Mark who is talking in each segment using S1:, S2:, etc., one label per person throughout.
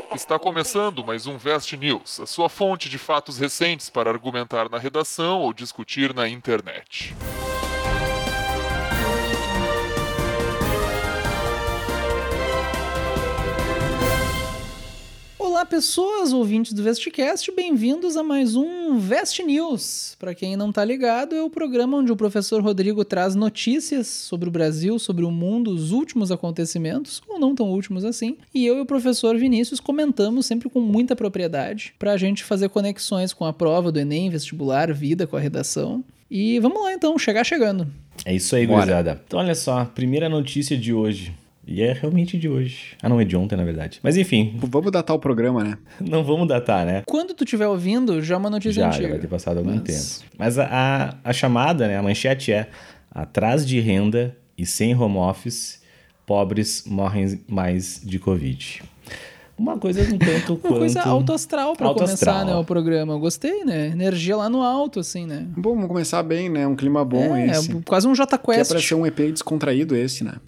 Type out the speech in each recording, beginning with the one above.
S1: Está começando mais um Vest News, a sua fonte de fatos recentes para argumentar na redação ou discutir na internet.
S2: Olá pessoas, ouvintes do Vestcast, bem-vindos a mais um Vest News. Para quem não tá ligado, é o programa onde o professor Rodrigo traz notícias sobre o Brasil, sobre o mundo, os últimos acontecimentos, ou não tão últimos assim, e eu e o professor Vinícius comentamos sempre com muita propriedade, pra gente fazer conexões com a prova do Enem, vestibular, vida, com a redação. E vamos lá então, chegando.
S3: É isso aí, gurizada. Então olha só, primeira notícia de hoje. E é realmente de hoje. Ah, não, é de ontem, na verdade. Mas enfim.
S4: Vamos datar o programa, né?
S3: Não vamos datar, né?
S2: Quando tu estiver ouvindo, já é uma notícia antiga.
S3: Já vai ter passado algum tempo. Mas a chamada, né, a manchete é: atrás de renda e sem home office, pobres morrem mais de Covid. Uma coisa um tanto quanto...
S2: Uma coisa alto astral pra começar, né, o programa. Eu gostei, né? Energia lá no alto, assim, né?
S4: Bom, vamos começar bem, né? Um clima bom esse.
S2: É quase um Jota Quest.
S4: Que é pra ser um EP descontraído esse, né?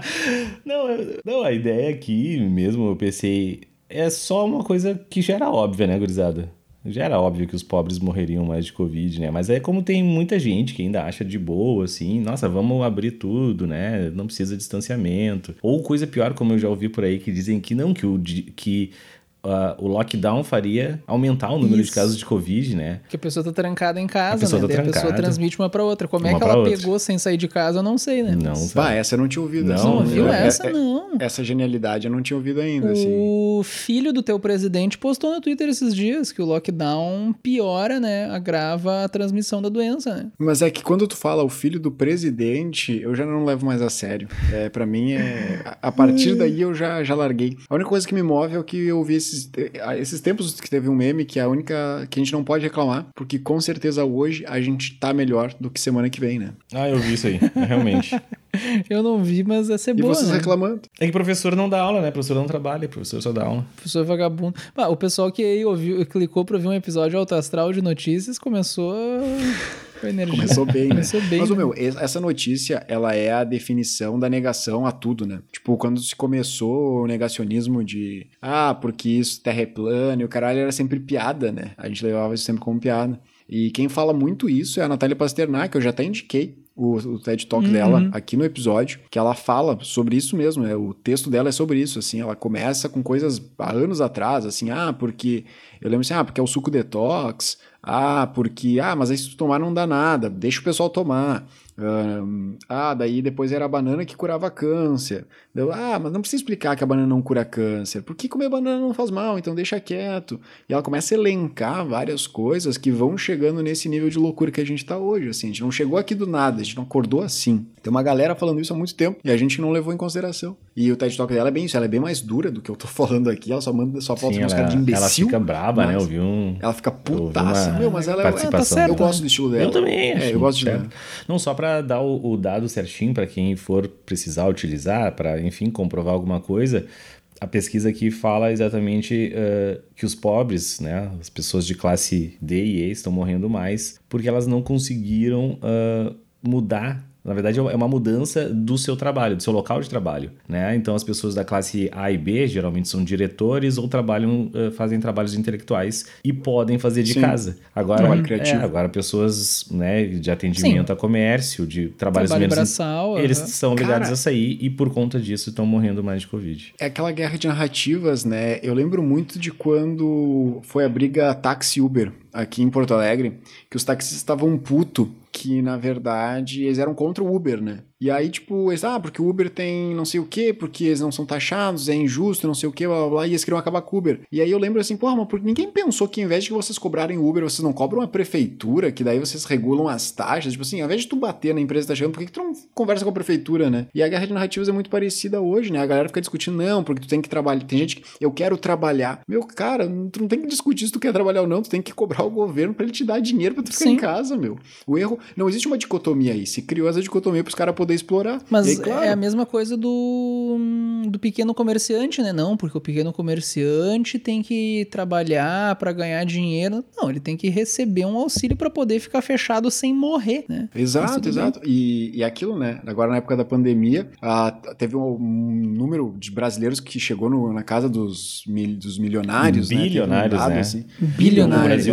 S3: Não, a ideia aqui mesmo, eu pensei, é só uma coisa que já era óbvia, né, gurizada? Já era óbvio que os pobres morreriam mais de Covid, né? Mas é como tem muita gente que ainda acha de boa, assim, nossa, vamos abrir tudo, né? Não precisa de distanciamento. Ou coisa pior, como eu já ouvi por aí, que dizem que não, que o lockdown faria aumentar o número de casos de Covid, né?
S2: Porque a pessoa tá trancada em casa,
S3: a pessoa
S2: né?
S3: Tá
S2: a pessoa transmite uma pra outra. Como é que ela pegou sem sair de casa, eu não sei, né?
S3: Não sabe.
S4: Essa eu não tinha ouvido.
S2: Não ouviu essa, não.
S4: Essa genialidade eu não tinha ouvido ainda,
S2: O filho do teu presidente postou no Twitter esses dias que o lockdown piora, né? Agrava a transmissão da doença, né?
S4: Mas é que quando tu fala o filho do presidente, eu já não levo mais a sério. Pra mim, a partir daí eu já larguei. A única coisa que me move é o que eu vi esses tempos que teve um meme que é a única que a gente não pode reclamar, porque com certeza hoje a gente tá melhor do que semana que vem, né?
S3: Ah, eu vi isso aí, realmente.
S2: Eu não vi, mas ia ser boa,
S4: E vocês reclamando.
S3: É que professor não dá aula, né? Professor não trabalha, professor só dá aula.
S2: Professor vagabundo. O pessoal que aí clicou pra ouvir um episódio alto astral de notícias começou com energia.
S4: Começou bem, né?
S2: Começou bem.
S4: Mas, essa notícia, ela é a definição da negação a tudo, né? Tipo, quando se começou o negacionismo de porque isso, terra é plana, e o caralho era sempre piada, né? A gente levava isso sempre como piada. E quem fala muito isso é a Natália Pasternak, que eu já até indiquei o TED Talk dela aqui no episódio, que ela fala sobre isso mesmo, o texto dela é sobre isso, assim, ela começa com coisas há anos atrás, assim, porque, eu lembro assim, porque é o suco detox, porque, mas aí se tu tomar não dá nada, deixa o pessoal tomar, daí depois era a banana que curava câncer, mas não precisa explicar que a banana não cura câncer, por que comer banana não faz mal, então deixa quieto, e ela começa a elencar várias coisas que vão chegando nesse nível de loucura que a gente tá hoje, assim, a gente não chegou aqui do nada, a gente não acordou assim, tem uma galera falando isso há muito tempo, e a gente não levou em consideração, e o TED Talk dela é bem isso, ela é bem mais dura do que eu tô falando aqui, ela só falta uns caras de imbecil.
S3: Ela fica braba, né,
S4: ela fica putaça, mas ela
S2: tá certo,
S4: eu gosto do estilo dela.
S3: Eu também acho.
S4: Eu gosto de
S3: ela. Não só para dar o dado certinho para quem for precisar utilizar, para, enfim, comprovar alguma coisa, a pesquisa aqui fala exatamente que os pobres, né, as pessoas de classe D e E estão morrendo mais porque elas não conseguiram mudar. Na verdade, é uma mudança do seu trabalho, do seu local de trabalho, né? Então, as pessoas da classe A e B geralmente são diretores ou fazem trabalhos intelectuais e podem fazer de casa. Agora, pessoas, né, de atendimento a comércio, de trabalhos menos...
S2: braçal,
S3: eles são obrigados a sair e, por conta disso, estão morrendo mais de Covid.
S4: É aquela guerra de narrativas, né? Eu lembro muito de quando foi a briga táxi-Uber aqui em Porto Alegre, que os taxistas estavam putos que, na verdade, eles eram contra o Uber, né? E aí, tipo, eles, porque o Uber tem não sei o quê, porque eles não são taxados, é injusto, não sei o quê, blá, blá, blá, e eles queriam acabar com o Uber. E aí eu lembro assim, mas porque ninguém pensou que ao invés de que vocês cobrarem Uber, vocês não cobram a prefeitura, que daí vocês regulam as taxas, tipo assim, ao invés de tu bater na empresa que tá chegando, por que tu não conversa com a prefeitura, né? E a guerra de narrativas é muito parecida hoje, né? A galera fica discutindo, não, porque tu tem que trabalhar, tem gente que, eu quero trabalhar. Meu, cara, tu não tem que discutir se tu quer trabalhar ou não, tu tem que cobrar o governo pra ele te dar dinheiro pra tu ficar em casa, meu. O erro, não existe uma dicotomia aí, se criou essa dicotomia pros caras poderem poder explorar.
S2: Mas
S4: aí, claro,
S2: é a mesma coisa do pequeno comerciante, né? Não, porque o pequeno comerciante tem que trabalhar para ganhar dinheiro. Não, ele tem que receber um auxílio para poder ficar fechado sem morrer, né?
S4: Exato, exato. E aquilo, né? Agora, na época da pandemia, teve um número de brasileiros que chegou na casa dos milionários,
S3: bilionários,
S4: né?
S3: né?
S4: Assim.
S2: Bilionários.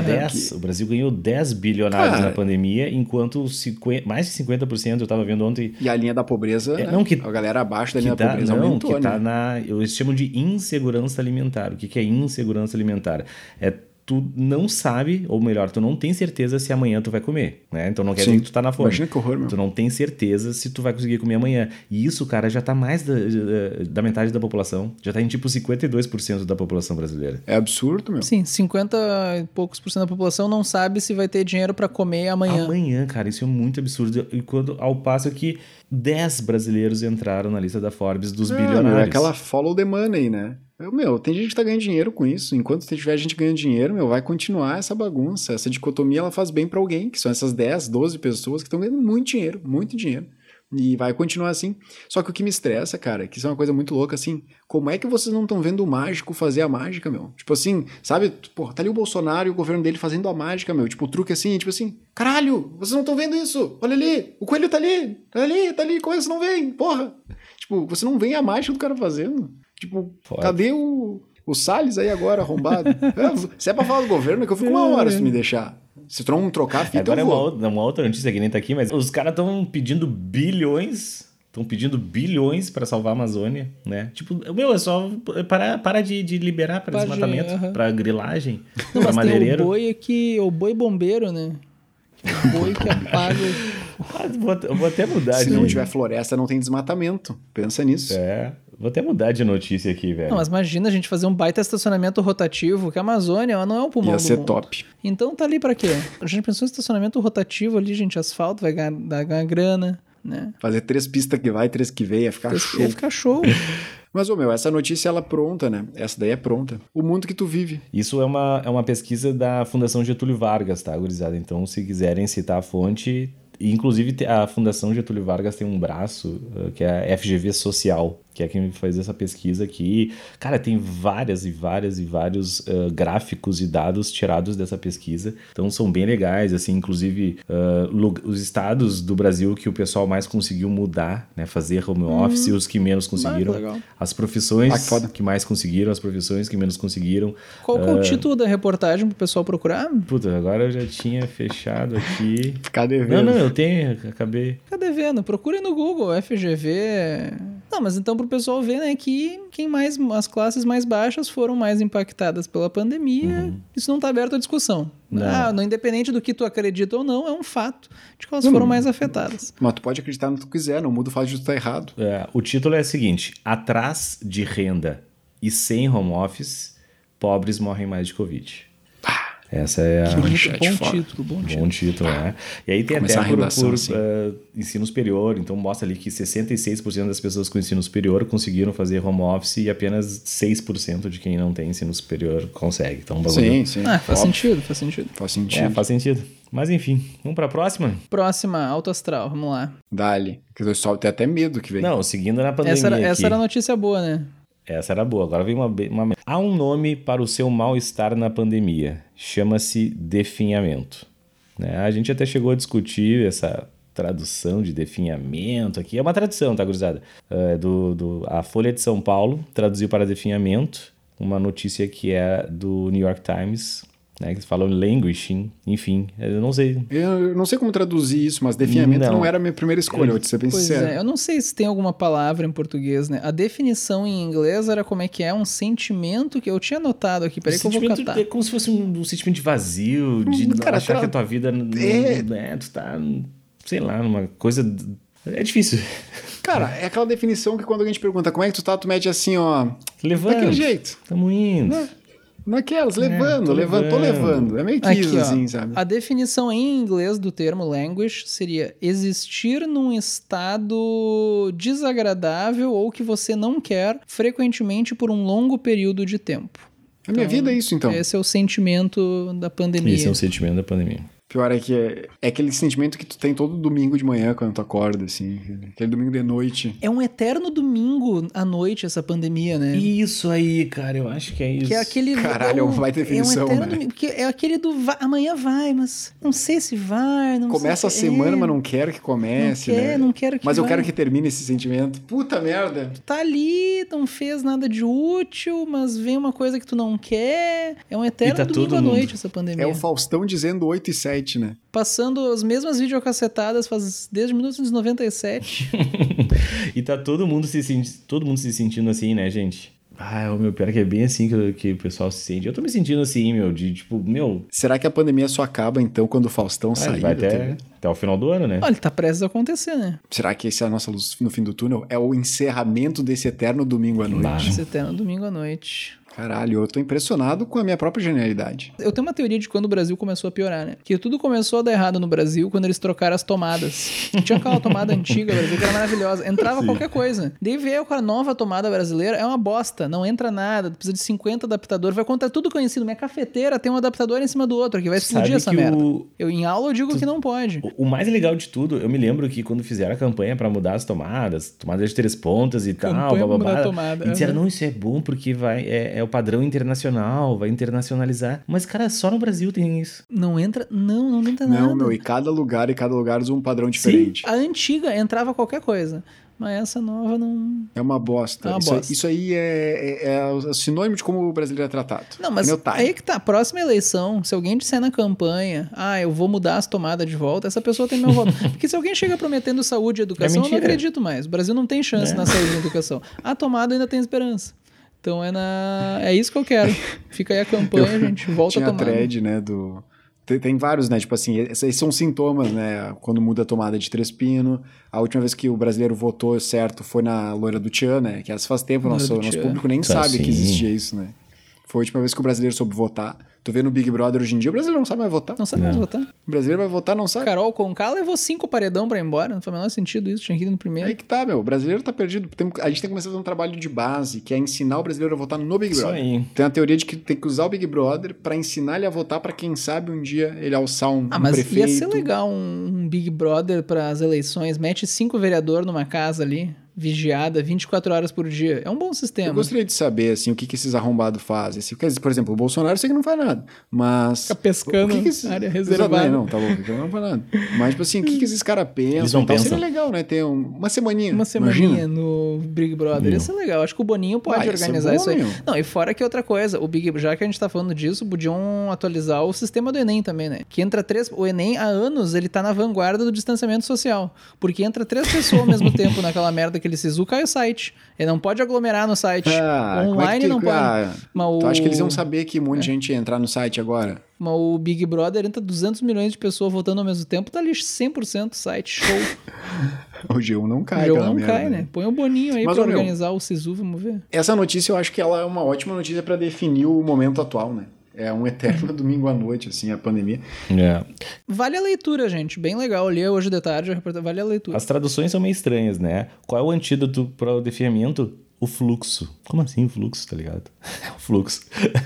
S3: O Brasil ganhou 10 bilionários na pandemia, enquanto mais de 50%, eu estava vendo ontem...
S4: E a linha da pobreza, né? A galera abaixo da linha da pobreza aumentou,
S3: que tá eles chamam de insegurança alimentar. O que é insegurança alimentar? Tu não sabe, ou melhor, tu não tem certeza se amanhã tu vai comer, né? Então não quer dizer que tu tá na fome.
S4: Imagina que horror, meu.
S3: Tu não tem certeza se tu vai conseguir comer amanhã. E isso, cara, já tá mais da metade da população. Já tá em tipo 52% da população brasileira.
S4: É absurdo, meu.
S2: Sim, 50 e poucos por cento da população não sabe se vai ter dinheiro pra comer amanhã.
S3: Amanhã, cara, isso é muito absurdo. E ao passo que 10 brasileiros entraram na lista da Forbes dos bilionários.
S4: Meu, é aquela follow the money, né? Tem gente que tá ganhando dinheiro com isso. Enquanto tiver gente ganhando dinheiro, vai continuar essa bagunça. Essa dicotomia, ela faz bem pra alguém, que são essas 10, 12 pessoas que estão ganhando muito dinheiro. E vai continuar assim. Só que o que me estressa, cara, que isso é uma coisa muito louca, assim, como é que vocês não estão vendo o mágico fazer a mágica, meu? Tipo assim, sabe? Pô, tá ali o Bolsonaro e o governo dele fazendo a mágica, meu. Tipo, o truque assim, tipo assim, caralho, vocês não estão vendo isso? Olha ali, o coelho tá ali, como é que vocês não veem? Porra! Tipo, você não vê a mágica do cara fazendo. Tipo, cadê o Salles aí agora, arrombado? Se é pra falar do governo, é que eu fico 1 hora se tu me deixar. Se tu não trocar a fita,
S3: agora
S4: eu vou.
S3: É uma outra notícia que nem tá aqui, mas os caras estão pedindo bilhões para salvar a Amazônia, né? Tipo, é só para de liberar para desmatamento, para grilagem, para madeireiro.
S2: Tem o boi aqui, o boi bombeiro, né? O boi que apaga...
S3: Eu vou até mudar.
S4: Se não tiver floresta, não tem desmatamento. Pensa nisso.
S3: Vou até mudar de notícia aqui, velho.
S2: Não, mas imagina a gente fazer um baita estacionamento rotativo, que a Amazônia ela não é o pulmão do mundo.
S4: Ia ser top.
S2: Então tá ali pra quê? A gente pensou em estacionamento rotativo ali, gente, asfalto, vai ganhar grana, né?
S4: Fazer 3 pistas que vai, 3 que vem, ia ficar show.
S2: Ia ficar show.
S4: Mas, essa notícia, ela é pronta, né? Essa daí é pronta. O mundo que tu vive.
S3: Isso é uma pesquisa da Fundação Getúlio Vargas, tá, gurizada? Então, se quiserem citar a fonte... Inclusive, a Fundação Getúlio Vargas tem um braço, que é a FGV Social, que é quem faz essa pesquisa aqui. Cara, tem vários gráficos e dados tirados dessa pesquisa. Então, são bem legais, assim, inclusive os estados do Brasil que o pessoal mais conseguiu mudar, né, fazer home office, e os que menos conseguiram. As profissões que mais conseguiram, as profissões que menos conseguiram.
S2: Qual que é o título da reportagem pro pessoal procurar?
S3: Puta, agora eu já tinha fechado aqui.
S4: Ficar devendo.
S3: Não, eu tenho, acabei.
S2: Fica devendo, procure no Google, FGV. Não, mas então pro pessoal ver, né, que as classes mais baixas foram mais impactadas pela pandemia, isso não tá aberto à discussão. Não, independente do que tu acredita ou não, é um fato de que elas foram mais afetadas.
S4: Mas tu pode acreditar no que tu quiser, não muda o fato de tu estar errado.
S3: O título é o seguinte: atrás de renda e sem home office, pobres morrem mais de Covid. Essa é a... Bom título, né? E aí tem
S4: começar
S3: até
S4: por
S3: ensino superior, então mostra ali que 66% das pessoas com ensino superior conseguiram fazer home office e apenas 6% de quem não tem ensino superior consegue. Então,
S4: sim.
S2: Faz sentido.
S3: Faz sentido. Mas enfim, vamos pra próxima?
S2: Próxima, Alto Astral, vamos lá.
S4: Dali, que o pessoal tem até medo que vem.
S3: Não, seguindo na pandemia
S2: Essa era a notícia boa, né?
S3: Essa era boa. Agora vem uma... Há um nome para o seu mal-estar na pandemia. Chama-se definhamento. Né? A gente até chegou a discutir essa tradução de definhamento aqui. É uma tradução, tá, gurizada? A Folha de São Paulo traduziu para definhamento uma notícia que é do New York Times, né, que falam languishing, enfim, eu não sei.
S4: Eu não sei como traduzir isso, mas definhamento não era a minha primeira escolha, vou te ser bem sincero.
S2: Eu não sei se tem alguma palavra em português, né? A definição em inglês era como é que é, um sentimento que eu tinha notado aqui, peraí que eu vou catar.
S3: É como se fosse um sentimento de vazio, de achar que a tua vida, tu tá, sei lá, numa coisa... É difícil.
S4: Cara, é aquela definição que quando alguém te pergunta como é que tu tá, tu mete assim, ó...
S3: Levando.
S4: Daquele jeito.
S3: Tamo indo.
S4: Naquelas, levando. Tô levando. É meio que isso, assim, sabe?
S2: A definição em inglês do termo languish seria existir num estado desagradável ou que você não quer, frequentemente por um longo período de tempo.
S4: A minha vida é isso, então.
S2: Esse é o sentimento da pandemia.
S3: Esse é o sentimento da pandemia.
S4: Pior é que é aquele sentimento que tu tem todo domingo de manhã quando tu acorda, assim. Aquele domingo de noite.
S2: É um eterno domingo à noite essa pandemia, né?
S3: Isso aí, cara, eu acho que é isso.
S2: Que é aquele...
S4: Caralho, vai ter definição,
S2: é um eterno
S4: né?
S2: domingo, porque é aquele do amanhã vai, mas não sei se vai, não
S4: Começa a
S2: sei
S4: semana, mas não quero que comece, né?
S2: Não quero que
S4: Mas eu
S2: vai.
S4: quero que termine esse sentimento. Puta merda.
S2: Tá ali, não fez nada de útil, mas vem uma coisa que tu não quer. É um eterno
S3: tá
S2: domingo
S3: todo
S2: à
S3: mundo.
S2: noite essa pandemia.
S4: É o Faustão dizendo 8 e 7, né?
S2: Passando as mesmas videocassetadas desde 1997.
S3: E tá todo mundo se sentindo assim, né, gente? Ah, o meu pior é que é bem assim que o pessoal se sente. Eu tô me sentindo assim, meu, de tipo, meu...
S4: Será que a pandemia só acaba, então, quando o Faustão sair?
S3: vai
S4: da TV?
S3: até o final do ano, né?
S2: Olha, tá prestes a acontecer, né?
S4: Será que essa é a nossa luz no fim do túnel? É o encerramento desse eterno domingo à noite?
S2: Esse eterno domingo à noite.
S4: Caralho, eu tô impressionado com a minha própria genialidade.
S2: Eu tenho uma teoria de quando o Brasil começou a piorar, né? Que tudo começou a dar errado no Brasil quando eles trocaram as tomadas. Tinha aquela tomada antiga, Brasil, que era maravilhosa. Entrava qualquer coisa. Daí veio com a nova tomada brasileira, é uma bosta. Não entra nada, precisa de 50 adaptadores. Vai contra tudo conhecido. Minha cafeteira tem um adaptador em cima do outro, que vai explodir essa merda. Em aula eu digo que não pode.
S3: O mais legal de tudo, eu me lembro que quando fizeram a campanha pra mudar as tomadas de 3 pontas e tal,
S2: Campanha pra mudar a
S3: bababá,
S2: tomada.
S3: e disseram, não, isso é bom porque é o padrão internacional, vai internacionalizar. Mas, cara, só no Brasil tem isso.
S2: Não entra nada.
S4: Não, meu, e cada lugar usa um padrão diferente.
S2: A antiga entrava qualquer coisa. Mas essa nova não...
S4: É uma bosta.
S2: É uma bosta.
S4: Isso aí é sinônimo de como o brasileiro é tratado.
S2: Não, mas aí que tá. Próxima eleição, se alguém disser na campanha, eu vou mudar as tomadas de volta, essa pessoa tem meu voto. Porque se alguém chega prometendo saúde e educação, eu não acredito mais. O Brasil não tem chance na saúde e na educação. A tomada ainda tem esperança. Então é isso que eu quero. Fica aí a campanha, gente. Volta a tomada.
S4: Tinha a thread, né, Tem vários, né? Tipo assim, esses são sintomas, né? Quando muda a tomada de 3 pinos. A última vez que o brasileiro votou certo foi na loira do Tchan, né? Que essa faz tempo, nosso público nem sabe que existia isso, né? Foi a última vez que o brasileiro soube votar. Tu vê no Big Brother hoje em dia, o brasileiro não sabe mais votar.
S2: Não sabe mais votar.
S4: O brasileiro vai votar, não sabe.
S2: Carol Conká levou 5 paredão pra ir embora. Não faz o menor sentido isso. Tinha que ir no primeiro.
S4: Aí que tá, meu. O brasileiro tá perdido. A gente tem que começar a fazer um trabalho de base, que é ensinar o brasileiro a votar no Big Brother.
S3: Isso aí.
S4: Tem a teoria de que tem que usar o Big Brother pra ensinar ele a votar pra quem sabe um dia ele alçar um
S2: mas
S4: prefeito.
S2: Ia ser legal um Big Brother pras eleições. Mete 5 vereadores numa casa ali, vigiada, 24 horas por dia. É um bom sistema.
S4: Eu gostaria de saber, assim, o que esses arrombados fazem. Assim, por exemplo, o Bolsonaro eu sei que não faz nada, mas...
S2: Fica pescando área reservada.
S4: Não, tá louco, não faz nada. Mas, tipo assim, o que esses caras pensam? Seria legal, né? Ter uma semaninha.
S2: Uma semaninha no Big Brother. Ia ser legal. Acho que o Boninho pode organizar isso aí. Não, e fora que outra coisa, já que a gente tá falando disso, podiam atualizar o sistema do Enem também, né? Que entra o Enem, há anos, ele tá na vanguarda do distanciamento social. Porque entra 3 pessoas ao mesmo tempo naquela merda que ele Sisu, cai o site. Ele não pode aglomerar no site. Online não pode.
S4: Tu acha que eles iam saber que um monte de gente ia entrar no site agora?
S2: Mas o Big Brother entra 200 milhões de pessoas votando ao mesmo tempo, tá ali 100% site, show.
S4: O G1 não cai,
S2: O G1 não cai, né? Põe o Boninho aí pra organizar o Sisu, vamos ver.
S4: Essa notícia eu acho que ela é uma ótima notícia pra definir o momento atual, né? É um eterno domingo à noite, assim, a pandemia.
S2: Vale a leitura, gente. Bem legal. Li hoje de tarde, vale a leitura.
S3: As traduções são meio estranhas, né? Qual é o antídoto para o definhamento? O fluxo. Como assim o fluxo, tá ligado? O fluxo.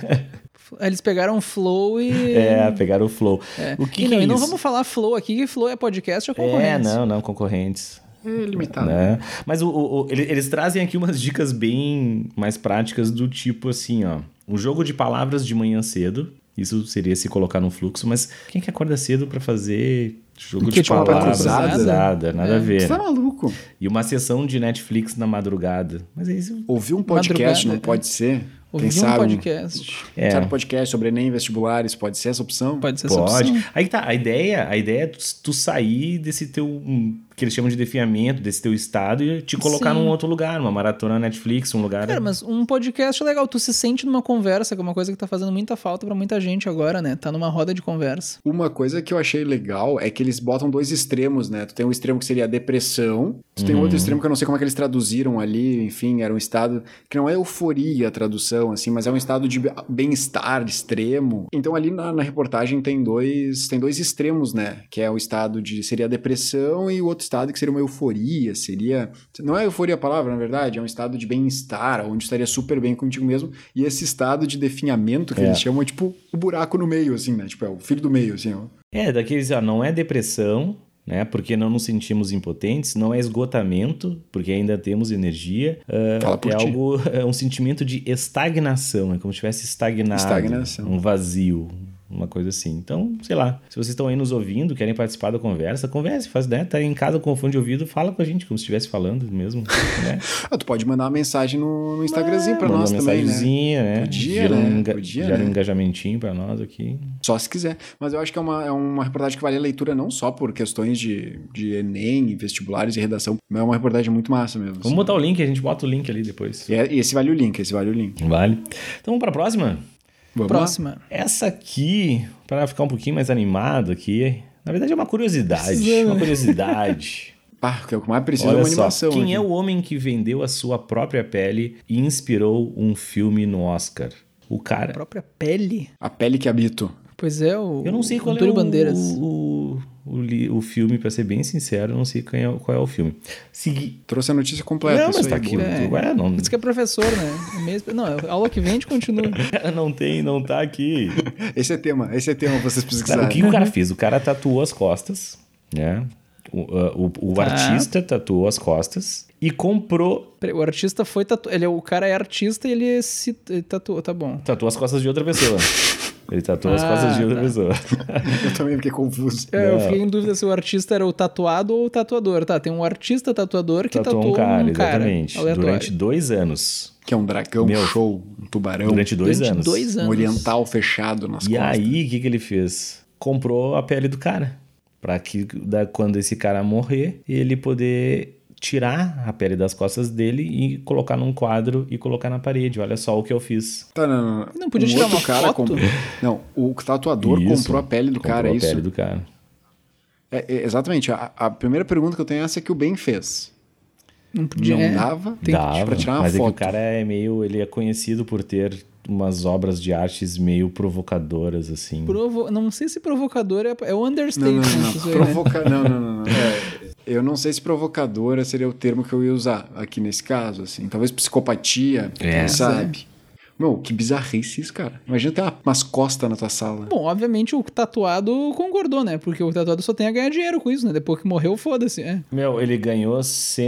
S2: Eles pegaram o flow e...
S3: pegaram o flow. O que é isso?
S2: E não vamos falar flow aqui, que flow é podcast ou concorrentes?
S3: Não, concorrentes.
S4: É limitado.
S3: Né? Mas eles trazem aqui umas dicas bem mais práticas do tipo assim, ó. Um jogo de palavras de manhã cedo. Isso seria se colocar no fluxo, mas quem que acorda cedo pra fazer jogo de palavras cruzada? Nada a ver.
S4: Você tá maluco?
S3: E uma sessão de Netflix na madrugada. Mas é isso.
S4: Ouvir um podcast não pode ser?
S2: Ouvir um podcast.
S4: Sabe, podcast sobre Enem, vestibulares, pode ser essa opção?
S2: Pode ser essa opção.
S3: Aí tá, a ideia é tu sair desse teu, que eles chamam de definhamento, desse teu estado e te colocar num outro lugar, numa maratona Netflix, um lugar...
S2: Cara, mas um podcast é legal, tu se sente numa conversa, que é uma coisa que tá fazendo muita falta pra muita gente agora, né? Tá numa roda de conversa.
S4: Uma coisa que eu achei legal é que eles botam 2 extremos, né? Tu tem um extremo que seria a depressão, tu tem outro extremo que eu não sei como é que eles traduziram ali, enfim, era um estado que não é euforia a tradução, assim, mas é um estado de bem-estar extremo. Então ali na reportagem tem dois extremos, né? Que é o estado seria a depressão e o outro estado que seria uma euforia, seria... Não é euforia a palavra, na verdade, é um estado de bem-estar, onde estaria super bem contigo mesmo, e esse estado de definhamento que eles chamam, tipo, o buraco no meio, assim, né? Tipo, é o filho do meio, assim, ó.
S3: Daqueles, não é depressão, né? Porque não nos sentimos impotentes, não é esgotamento, porque ainda temos energia. É um sentimento de estagnação, é como se estivesse estagnado, um vazio, uma coisa assim. Então, sei lá, se vocês estão aí nos ouvindo, querem participar da conversa, converse, né? Tá em casa com o fone de ouvido, fala com a gente, como se estivesse falando mesmo, né?
S4: Tu pode mandar uma mensagem no Instagramzinho pra nós também,
S3: né?
S4: Podia,
S3: Gera um engajamentinho pra nós aqui.
S4: Só se quiser. Mas eu acho que é uma reportagem que vale a leitura não só por questões de Enem, vestibulares e redação, mas é uma reportagem muito massa mesmo.
S3: Vamos botar o link, a gente bota o link ali depois.
S4: E esse vale o link,
S3: Vale. Então vamos pra próxima?
S4: Vamos
S2: Próxima.
S4: Lá?
S3: Essa aqui, para ficar um pouquinho mais animado aqui, na verdade é uma curiosidade. Uma curiosidade.
S4: Que é o que mais precisa. Olha uma animação.
S3: Quem
S4: aqui.
S3: é o homem que vendeu a sua própria pele e inspirou um filme no Oscar? O cara...
S2: A própria pele?
S4: A pele que habito.
S2: Pois é,
S3: eu não sei qual
S2: Antônio
S3: é
S2: Bandeiras.
S3: O filme, pra ser bem sincero, eu não sei qual é o filme.
S4: Trouxe a notícia completa.
S3: Não, mas tá aqui. Não...
S2: Isso que é professor, né? Não, aula que vem a gente continua.
S3: Não tá aqui.
S4: Esse é tema pra vocês pesquisarem.
S3: O que o cara fez? O cara tatuou as costas, né? O artista tatuou as costas e comprou...
S2: O artista foi tatuado. O cara é artista e ele se tatuou, tá bom.
S3: Tatuou as costas de outra pessoa. Ele tatuou as costas de outra pessoa.
S4: Eu também fiquei confuso.
S2: Eu fiquei em dúvida se o artista era o tatuado ou o tatuador. Tá, tem um artista tatuador que tatuou
S3: um cara. Exatamente.
S2: Aleatório.
S3: Durante 2 anos.
S4: Que é um dragão, show, um tubarão.
S3: Durante 2 anos.
S4: Um oriental fechado nas costas.
S3: E aí, o que ele fez? Comprou a pele do cara. Pra que quando esse cara morrer, ele poder tirar a pele das costas dele e colocar num quadro e colocar na parede. Olha só o que eu fiz.
S4: Tá, não.
S2: Não podia tirar uma foto?
S4: Não, o tatuador comprou a pele do cara, é isso?
S3: Comprou a pele do cara.
S4: Exatamente. A primeira pergunta que eu tenho é essa que o Ben fez.
S2: Não podia.
S4: Dava
S3: pra
S4: tirar uma
S3: mas
S4: foto.
S3: É que o cara ele é conhecido por ter umas obras de artes meio provocadoras, assim.
S2: Não sei se provocador é o understatement.
S4: Não. Eu não sei se provocadora seria o termo que eu ia usar aqui nesse caso, assim. Talvez psicopatia, sabe? Meu, que bizarrice isso, cara. Imagina ter umas costas na tua sala.
S2: Bom, obviamente o tatuado concordou, né? Porque o tatuado só tem a ganhar dinheiro com isso, né? Depois que morreu, foda-se.
S3: Ele ganhou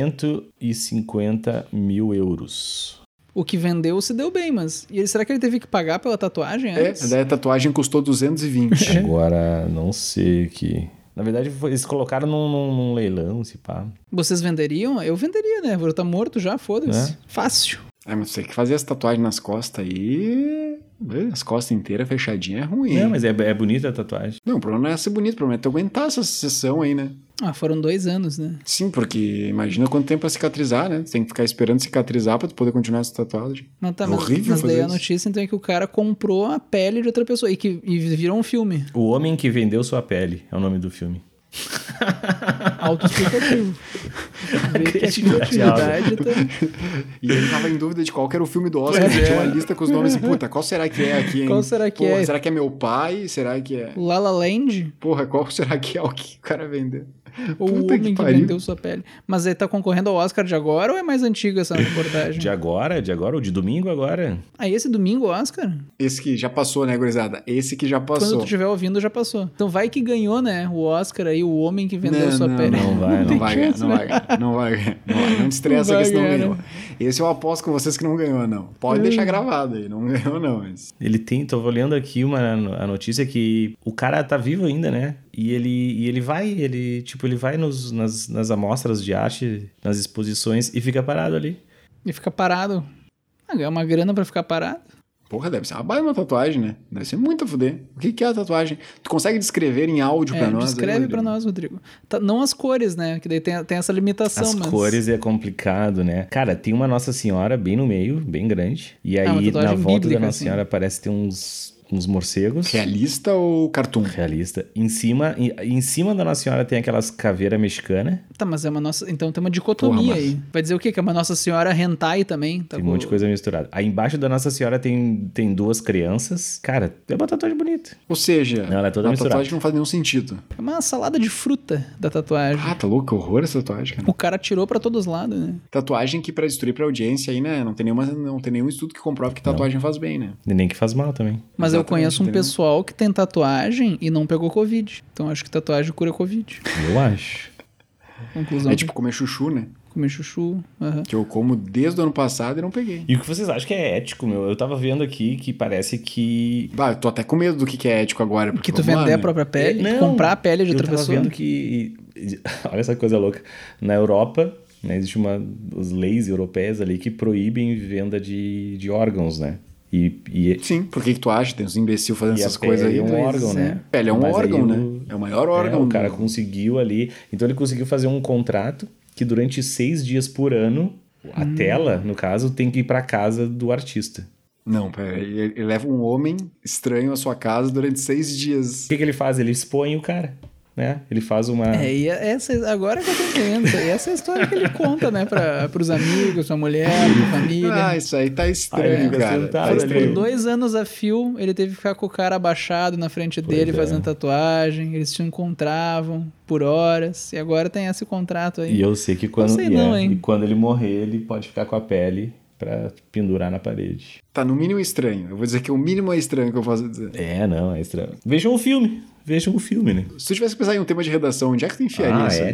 S3: 150 mil euros.
S2: O que vendeu se deu bem, mas... será que ele teve que pagar pela tatuagem antes?
S4: Daí a tatuagem custou 220.
S3: Agora, não sei que... Na verdade, eles colocaram num leilão, se pá.
S2: Vocês venderiam? Eu venderia, né? Vou estar morto já, foda-se. Fácil.
S4: Mas você que fazia essa tatuagem nas costas aí... As costas inteiras fechadinhas é ruim.
S3: Não, mas é bonita a tatuagem.
S4: Não, o problema não é ser bonito, o problema é tu aguentar essa sessão aí, né?
S2: Foram 2 anos, né?
S4: Sim, porque imagina quanto tempo pra cicatrizar, né? Você tem que ficar esperando cicatrizar pra tu poder continuar essa tatuagem.
S2: Mas horrível. Mas daí a notícia então é que o cara comprou a pele de outra pessoa e virou um filme.
S3: O Homem que Vendeu Sua Pele é o nome do filme.
S2: Autoexplicativo. Criatividade tá...
S4: E ele tava em dúvida de qual que era o filme do Oscar. Tinha uma lista com os nomes e, qual será que é aqui, hein?
S2: Qual será que é?
S4: Será que é Meu Pai? Será que é...
S2: La La Land?
S4: Porra, qual será que é o que o cara vendeu?
S2: Ou o Homem que Vendeu Sua Pele. Mas ele tá concorrendo ao Oscar de agora ou é mais antigo essa reportagem?
S3: De agora, ou de domingo agora.
S2: Esse domingo o Oscar?
S4: Esse que já passou, né, gurizada? Esse que já passou.
S2: Quando tu estiver ouvindo, já passou. Então vai que ganhou, né, o Oscar aí, o Homem que Vendeu Sua Pele.
S3: Não vai ganhar.
S4: Não te estressa que esse não ganhou. Esse eu aposto com vocês que não ganhou, não. Pode deixar gravado aí, não ganhou, não. Mas...
S3: Tô olhando aqui a notícia que o cara tá vivo ainda, né? E ele vai nas amostras de arte, nas exposições e fica parado ali.
S2: E fica parado. Ganhar uma grana pra ficar parado.
S4: Porra, deve ser uma baita uma tatuagem, né? Deve ser muito a fuder. O que é a tatuagem? Tu consegue descrever em áudio pra nós?
S2: Descreve pra nós, Rodrigo. Não as cores, né? Que daí tem essa limitação.
S3: As cores é complicado, né? Cara, tem uma Nossa Senhora bem no meio, bem grande. E aí, na volta da Nossa Senhora, parece ter uns uns morcegos.
S4: Realista ou cartoon?
S3: Realista. Em cima da Nossa Senhora tem aquelas caveiras mexicanas.
S2: Tá, mas é uma nossa... Então tem uma dicotomia aí. Vai dizer o quê? Que é uma Nossa Senhora hentai também? Tá
S3: Tem um monte de coisa misturada. Aí embaixo da Nossa Senhora tem duas crianças. Cara, é uma tatuagem bonita.
S4: Ou seja,
S3: Não, ela é toda
S4: a
S3: misturada.
S4: tatuagem não faz nenhum sentido.
S2: É uma salada de fruta da tatuagem.
S4: Ah, tá louco? Que horror essa tatuagem, cara.
S2: O cara tirou pra todos os lados, né?
S4: Tatuagem que pra destruir pra audiência aí, né? Não tem nenhum estudo que comprove que tatuagem faz bem, né?
S3: E nem que faz mal também.
S2: Mas eu
S4: Exatamente,
S2: conheço um
S4: entendeu?
S2: pessoal que tem tatuagem e não pegou Covid. Então acho que tatuagem cura Covid.
S3: Eu acho.
S2: Conclusão.
S4: É tipo comer chuchu, né?
S2: Comer chuchu. Aham.
S4: Que eu como desde o ano passado e não peguei.
S3: E o que vocês acham que é ético, meu? Eu tava vendo aqui que parece que...
S4: Bah, eu tô até com medo do que é ético agora. Porque
S2: Que tu
S4: vamos lá,
S2: vender a
S4: né?
S2: própria pele, tu
S3: Não,
S2: comprar a pele de outra
S3: eu tava
S2: pessoa.
S3: vendo que... Olha essa coisa louca. Na Europa, né, existe as leis europeias ali que proíbem venda de órgãos, né? E
S4: Sim, por que tu acha? Tem uns imbecil fazendo
S3: a
S4: essas coisas aí.
S3: pele é um
S2: Pois
S3: órgão,
S2: é.
S3: né?
S4: Pele é um
S3: Mas aí
S4: órgão, né? É o maior órgão.
S3: o cara
S4: do-
S3: conseguiu ali... Então ele conseguiu fazer um contrato que durante 6 dias por ano, a tela, no caso, tem que ir pra casa do artista.
S4: Não, pera. Ele leva um homem estranho à sua casa durante 6 dias.
S3: O que ele faz? Ele expõe o cara, né? Ele faz uma...
S2: E agora que eu tô entendendo. E essa é a história que ele conta, né? Pros amigos, pra mulher, pra família.
S4: Ah, isso aí tá estranho,
S3: Aí,
S4: cara.
S3: sentado
S4: Tá
S3: ali.
S4: estranho.
S2: Por 2 anos a fio, ele teve que ficar com o cara abaixado na frente dele,
S3: é.
S2: fazendo tatuagem. Eles se encontravam por horas. E agora tem esse contrato aí.
S3: E eu sei que quando,
S2: sei não, hein?
S3: e quando ele morrer, ele pode ficar com a pele pra pendurar na parede.
S4: Tá no mínimo estranho. Eu vou dizer que o mínimo é estranho que eu posso dizer.
S3: É, não, é estranho. Vejam um filme, né?
S4: Se tu tivesse que pensar em um tema de redação, onde é que tu enfiaria
S3: A
S4: isso?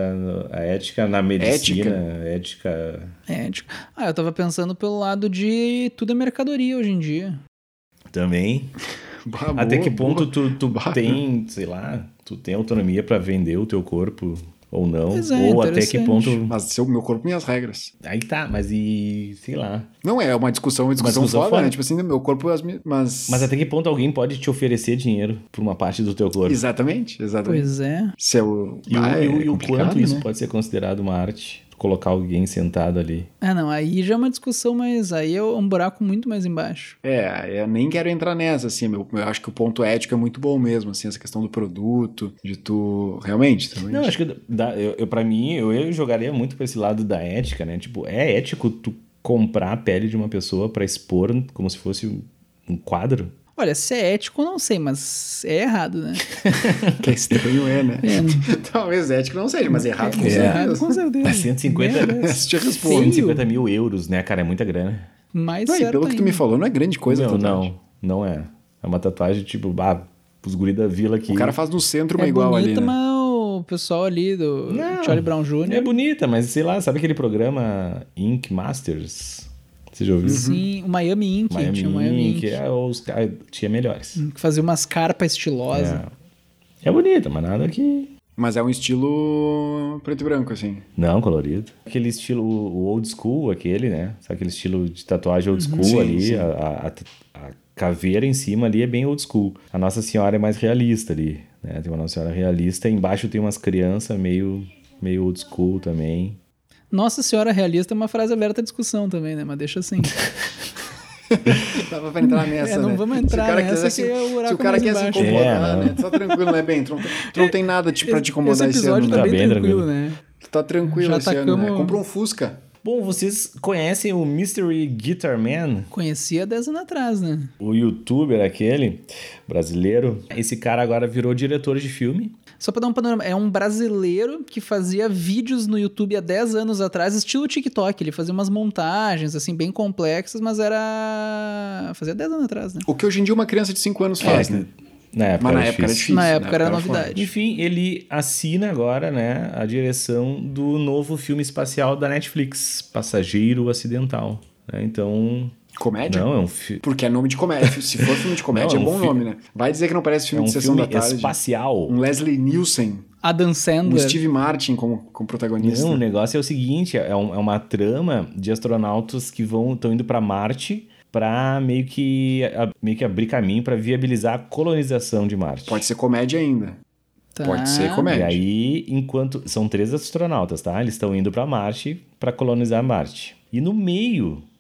S3: ética na medicina, ética...
S2: Ético. Eu tava pensando pelo lado de tudo é mercadoria hoje em dia.
S3: também.
S4: Bah,
S3: Até
S4: boa,
S3: que ponto
S4: boa.
S3: tu
S4: Bah.
S3: tem, sei lá, tu tem autonomia pra vender o teu corpo ou não,
S2: Pois é,
S3: ou até que
S2: interessante.
S3: ponto...
S4: Mas seu meu corpo, minhas regras.
S3: Aí tá, mas e... sei lá.
S4: Não é uma discussão
S3: discussão
S4: foda,
S3: foda.
S4: né? Tipo assim, meu corpo, mas...
S3: Mas até que ponto alguém pode te oferecer dinheiro por uma parte do teu corpo?
S4: Exatamente.
S2: Pois é.
S4: Se é o...
S3: E o
S4: complicado,
S3: quanto isso
S4: né?
S3: pode ser considerado uma arte? Colocar alguém sentado ali.
S2: Não, aí já é uma discussão, mas aí é um buraco muito mais embaixo.
S4: Eu nem quero entrar nessa, assim, eu acho que o ponto ético é muito bom mesmo, assim, essa questão do produto, de tu... Realmente.
S3: Não, acho que pra mim, eu jogaria muito pra esse lado da ética, né? Tipo, é ético tu comprar a pele de uma pessoa pra expor como se fosse um quadro?
S2: Olha, se é ético, eu não sei, mas é errado, né?
S4: Que é estranho, né? Talvez ético não seja, mas errado com
S2: Errado, com
S4: certeza.
S2: certeza.
S3: É 150,
S4: Essa te respondo.
S2: Feio.
S3: 150 mil euros, né, cara? É muita grana.
S2: Mas
S4: Não, e
S2: certo
S4: pelo que tu me
S2: ainda.
S4: falou, não é grande coisa. a
S3: Não,
S4: tatuagem.
S3: não é. É uma tatuagem tipo, os guri da vila aqui.
S4: O cara faz no centro uma
S2: É
S4: igual
S2: bonito,
S4: ali, né?
S2: mas o pessoal ali do
S3: Não.
S2: Charlie Brown Jr.
S3: É bonita, mas sei lá, sabe aquele programa Ink Masters? Você já ouviu?
S2: Sim, o Miami Ink. Tinha o Miami Ink.
S3: Os caras tinha melhores.
S2: Que fazia umas carpas estilosas.
S3: É bonita, mas nada que...
S4: Mas é um estilo preto e branco, assim.
S3: Não, colorido. Aquele estilo, o old school, aquele, né? Sabe aquele estilo de tatuagem old school
S4: Sim,
S3: ali?
S4: sim.
S3: A caveira em cima ali é bem old school. A Nossa Senhora é mais realista ali, né? Tem uma Nossa Senhora realista. Embaixo tem umas crianças meio old school também.
S2: Nossa Senhora Realista é uma frase aberta à discussão também, né? Mas deixa assim.
S4: Dava pra entrar nessa,
S2: não
S4: né?
S2: vamos entrar
S4: se o cara
S2: nessa,
S4: quisesse-
S2: que é o buraco
S4: Se o cara
S2: mais
S4: quer se
S2: embaixo.
S4: incomodar,
S3: Não.
S4: né? Tá tranquilo, né, Ben? Tu não tem nada pra te incomodar
S2: esse
S4: esse
S2: episódio
S4: ano,
S2: tá
S4: né?
S2: bem
S3: bem
S2: tranquilo,
S3: tranquilo.
S2: né?
S4: Tu tá tranquilo
S2: Já
S4: esse ano, né?
S2: tacamos-
S4: Compra um Fusca.
S3: Bom, vocês conhecem o Mystery Guitar Man?
S2: Conhecia 10 anos atrás, né?
S3: O youtuber aquele, brasileiro. Esse cara agora virou diretor de filme.
S2: Só pra dar um panorama, é um brasileiro que fazia vídeos no YouTube há 10 anos atrás, estilo TikTok. Ele fazia umas montagens, assim, bem complexas, mas era... Fazia 10 anos atrás, né?
S4: O que hoje em dia uma criança de 5 anos faz, né?
S3: Na época
S4: Mas na
S3: era
S4: época era
S3: difícil.
S4: difícil.
S2: Na época era
S4: foda.
S2: novidade.
S3: Enfim, ele assina agora, né, a direção do novo filme espacial da Netflix, Passageiro Acidental. Né? Então,
S4: Comédia?
S3: não, é um filme...
S4: Porque é nome de comédia. Se for filme de comédia,
S3: Não,
S4: é
S3: é um
S4: bom
S3: fi-
S4: nome, né? Vai dizer que não parece
S3: É
S4: filme
S3: um
S4: de sessão
S3: filme
S4: da tarde.
S3: espacial.
S4: Um Leslie Nielsen,
S2: Adam
S4: um
S2: Sandler.
S4: Steve Martin como protagonista.
S3: Não, o negócio é o seguinte, é uma trama de astronautas que estão indo para Marte para meio que abrir caminho para viabilizar a colonização de Marte.
S4: Pode ser comédia ainda.
S2: Tá.
S4: Pode ser
S3: E
S4: comédia.
S3: aí, enquanto... São 3 astronautas, tá? Eles estão indo para Marte para colonizar Marte. E no meio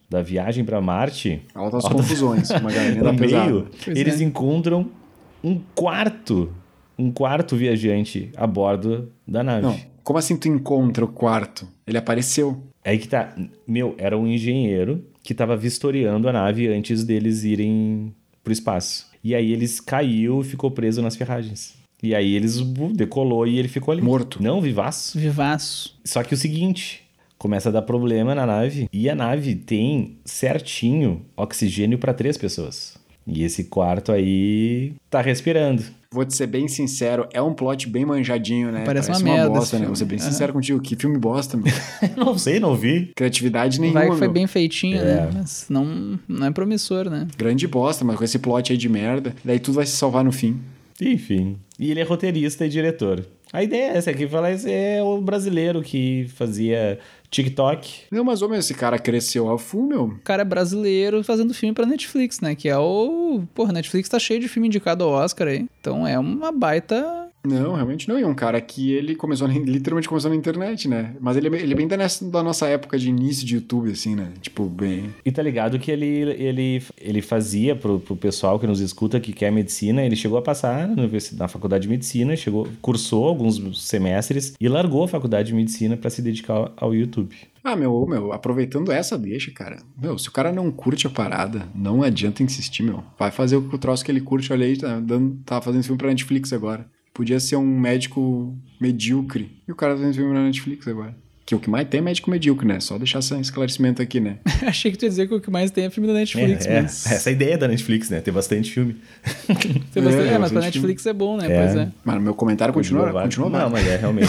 S3: da viagem para Marte,
S4: Altas confusões. Uma galerinha da
S3: no
S4: pesada.
S3: meio,
S2: Pois
S3: eles
S2: é.
S3: encontram um quarto viajante a bordo da nave.
S4: Não, como assim tu encontra o quarto? Ele apareceu.
S3: Aí que tá. Meu, era um engenheiro que tava vistoriando a nave antes deles irem pro espaço. E aí eles caiu e ficou preso nas ferragens. E aí eles decolou e ele ficou ali.
S4: Morto.
S3: Não, vivaço.
S2: Vivaço.
S3: Só que o seguinte, começa a dar problema na nave. E a nave tem certinho oxigênio para 3 pessoas. E esse quarto aí tá respirando.
S4: Vou te ser bem sincero, é um plot bem manjadinho, né?
S2: Parece uma merda
S4: bosta,
S2: esse
S4: né?
S2: filme.
S4: Vou ser bem sincero contigo, que filme bosta, meu.
S3: Não sei, não vi.
S4: Criatividade nenhuma,
S2: Vai que foi
S4: meu.
S2: bem feitinho,
S3: É.
S2: né? Mas não é promissor, né?
S4: Grande bosta, mas com esse plot aí de merda, daí tudo vai se salvar no fim.
S3: Enfim. E ele é roteirista e diretor. A ideia é essa aqui, falar esse é o brasileiro que fazia TikTok.
S4: Não, mas, meu, esse cara cresceu a full, meu.
S2: O cara é brasileiro fazendo filme pra Netflix, né? Que é o... Porra, Netflix tá cheio de filme indicado ao Oscar aí. Então é uma baita...
S4: Não, realmente não. E é um cara que ele literalmente começou na internet, né? Mas ele é bem da nossa época de início de YouTube, assim, né? Tipo, bem...
S3: E tá ligado que ele fazia pro pessoal que nos escuta, que quer medicina, ele chegou a passar na faculdade de medicina, cursou alguns semestres e largou a faculdade de medicina pra se dedicar ao YouTube.
S4: Ah, meu, aproveitando essa deixa, cara. Meu, se o cara não curte a parada, não adianta insistir, meu. Vai fazer o troço que ele curte, olha aí, tá fazendo filme pra Netflix agora. Podia ser um médico medíocre. E o cara tá fazendo filme na Netflix agora. Que o que mais tem é médico medíocre, né? Só deixar esse esclarecimento aqui, né?
S2: Achei que tu ia dizer que o que mais tem é filme da Netflix, mas...
S3: Essa é a ideia da Netflix, né? Ter bastante filme.
S2: Tem bastante...
S4: É,
S2: mas pra
S4: bastante
S2: Netflix é bom, né?
S3: É.
S2: Pois é.
S4: Mano, meu comentário continua
S3: Não,
S4: válido.
S3: mas é realmente...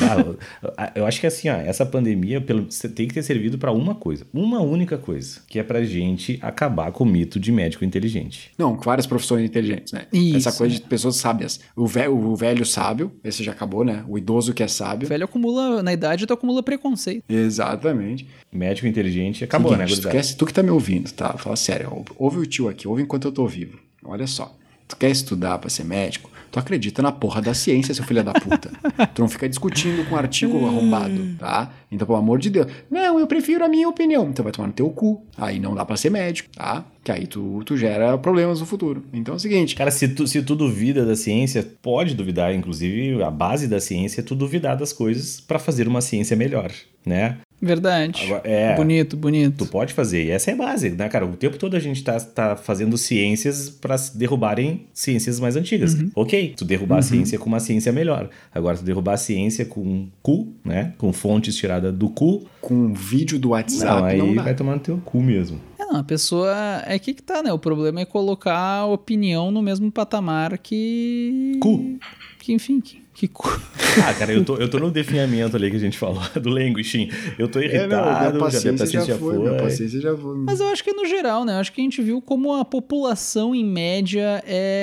S3: eu acho que assim, ó, essa pandemia você tem que ter servido pra uma coisa. Uma única coisa. Que é pra gente acabar com o mito de médico inteligente.
S4: Não, várias profissões inteligentes, né?
S2: Isso,
S4: Essa coisa de pessoas sábias. O velho sábio, esse já acabou, né? O idoso que é
S2: O
S4: sábio.
S2: velho acumula... Na idade, tu acumula preconceito.
S4: Exatamente.
S3: Médico inteligente acabou,
S4: Seguinte,
S3: né, gurizada?
S4: tu que tá me ouvindo, tá? Fala sério, ouve o tio aqui, ouve enquanto eu tô vivo. Olha só. Tu quer estudar pra ser médico? Tu acredita na porra da ciência, seu filho da puta. Tu não fica discutindo com um artigo arrombado, tá? Então, pelo amor de Deus. Não, eu prefiro a minha opinião. Então vai tomar no teu cu. Aí não dá pra ser médico, tá? Que aí tu gera problemas no futuro. Então é o seguinte.
S3: Cara, se tu duvida da ciência, pode duvidar, inclusive a base da ciência é tu duvidar das coisas pra fazer uma ciência melhor, né?
S2: Verdade.
S3: Agora,
S2: Bonito.
S3: Tu pode fazer, e essa é a base, né, cara? O tempo todo a gente tá fazendo ciências pra derrubarem ciências mais antigas. Ok, tu derrubar a ciência com uma ciência melhor. Agora, tu derrubar a ciência com cu, né? Com fontes tiradas do cu.
S4: Com um vídeo do WhatsApp
S3: Não, aí
S4: não dá.
S3: vai tomar no teu cu mesmo.
S2: Não, a pessoa... É que tá, né? O problema é colocar a opinião no mesmo patamar que...
S3: Cu.
S2: Que, enfim, que cu.
S3: Ah, cara, eu tô no definhamento ali que a gente falou, do languishing. Eu tô irritado,
S4: minha
S3: já
S4: paciência já foi. Minha paciência já foi.
S2: Mas eu acho que no geral, né? Eu acho que a gente viu como a população, em média,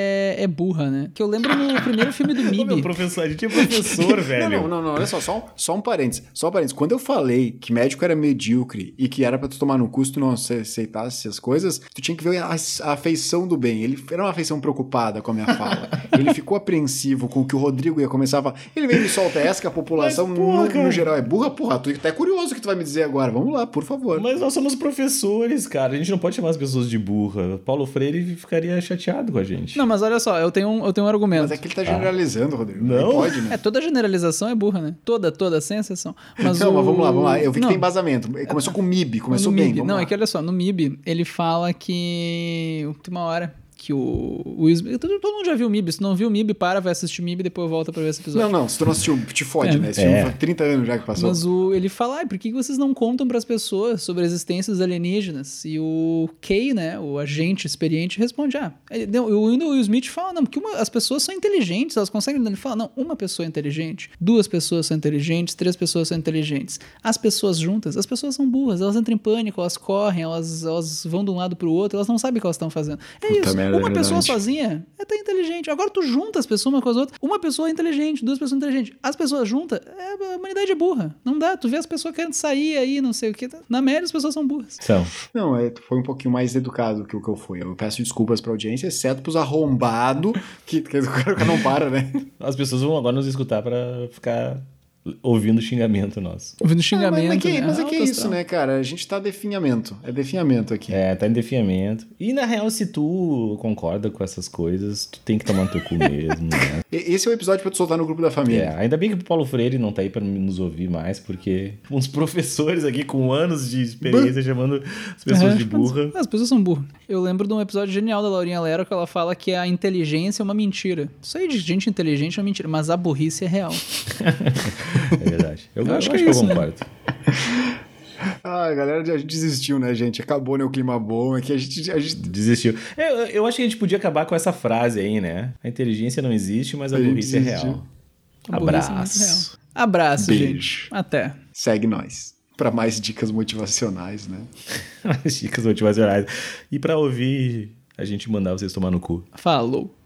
S2: é burra, né? Que eu lembro no primeiro filme do
S3: Ô, meu
S2: MIB.
S3: professor, a gente é professor, velho.
S4: Não, olha só um parênteses. Só um parênteses. Quando eu falei que médico era medíocre e que era pra tu tomar no cu se tu não aceitasse as coisas, tu tinha que ver a afeição do bem. Ele era uma afeição preocupada com a minha fala. Ele ficou apreensivo com o que o Rodrigo ia começar a falar. Ele veio e me solta essa que a população,
S3: Mas, porra,
S4: no
S3: cara.
S4: geral, é burra. Porra, tu tá curioso o que tu vai me dizer agora. Vamos lá, por favor.
S3: Mas nós somos professores, cara. A gente não pode chamar as pessoas de burra. Paulo Freire ficaria chateado com a gente.
S2: Não, mas olha só, eu tenho um argumento.
S4: Mas é que ele tá generalizando, Rodrigo.
S3: Não.
S4: pode, né?
S2: Toda generalização é burra, né? Toda, sem exceção. Mas
S4: Não, mas vamos lá. Eu vi que
S2: Não.
S4: tem embasamento. Começou com o MIB, começou
S2: No
S4: bem.
S2: MIB.
S4: Vamos
S2: Não,
S4: lá.
S2: é que olha só, no MIB ele fala que tem uma hora que o Will Smith... Todo mundo já viu o MIB. Se não viu o MIB, vai assistir o MIB e depois volta pra ver esse episódio.
S4: Não, se tu não assistiu, te fode, né? Esse filme faz 30 anos já que passou.
S2: Mas ele fala, por que vocês não contam pras pessoas sobre a existência dos alienígenas? E o Kay, né, o agente experiente, responde, o Will Smith fala, não, porque as pessoas são inteligentes, elas conseguem... Ele fala, não, uma pessoa é inteligente, 2 pessoas são inteligentes, 3 pessoas são inteligentes. As pessoas juntas, as pessoas são burras, elas entram em pânico, elas correm, elas vão de um lado pro outro, elas não sabem o que elas estão fazendo. É
S4: Puta
S2: isso,
S4: merda,
S2: uma
S4: é
S2: pessoa
S4: verdade.
S2: sozinha é até inteligente. Agora tu junta as pessoas uma com as outras, uma pessoa é inteligente, 2 pessoas inteligentes. As pessoas juntas, a humanidade é burra. Não dá, tu vê as pessoas querendo sair aí, não sei o que. Na média as pessoas são burras.
S3: São.
S4: Não, tu foi um pouquinho mais educado que o que eu fui. Eu peço desculpas pra audiência, exceto pros arrombados, que o cara não para, né?
S3: As pessoas vão agora nos escutar pra ficar ouvindo xingamento nosso.
S2: Ouvindo xingamento.
S4: Mas é que é
S2: alto
S4: isso,
S2: astral.
S4: né, cara? A gente tá definhamento. É definhamento aqui.
S3: Tá em definhamento. E na real, se tu concorda com essas coisas, tu tem que tomar no teu cu mesmo, né?
S4: Esse é o episódio pra tu soltar no grupo da família.
S3: Ainda bem que o Paulo Freire não tá aí pra nos ouvir mais, porque uns professores aqui com anos de experiência chamando as pessoas de burra.
S2: As pessoas são burras. Eu lembro de um episódio genial da Laurinha Lero que ela fala que a inteligência é uma mentira. Isso aí de gente inteligente é uma mentira, mas a burrice é real.
S3: É verdade. Eu
S2: acho
S3: acho
S2: que
S3: que
S2: é
S3: eu
S2: isso, né?
S3: concordo.
S4: A galera já desistiu, né, gente? Acabou, né, o clima bom. É que a gente...
S3: Desistiu. Eu acho que a gente podia acabar com essa frase aí, né? A inteligência não existe, mas a burrice é real.
S2: A burrice é muito real. Abraço,
S4: Beijo.
S2: gente. Até.
S4: Segue nós. Pra mais dicas motivacionais, né?
S3: As dicas motivacionais. E pra ouvir a gente mandar vocês tomar no cu.
S2: Falou.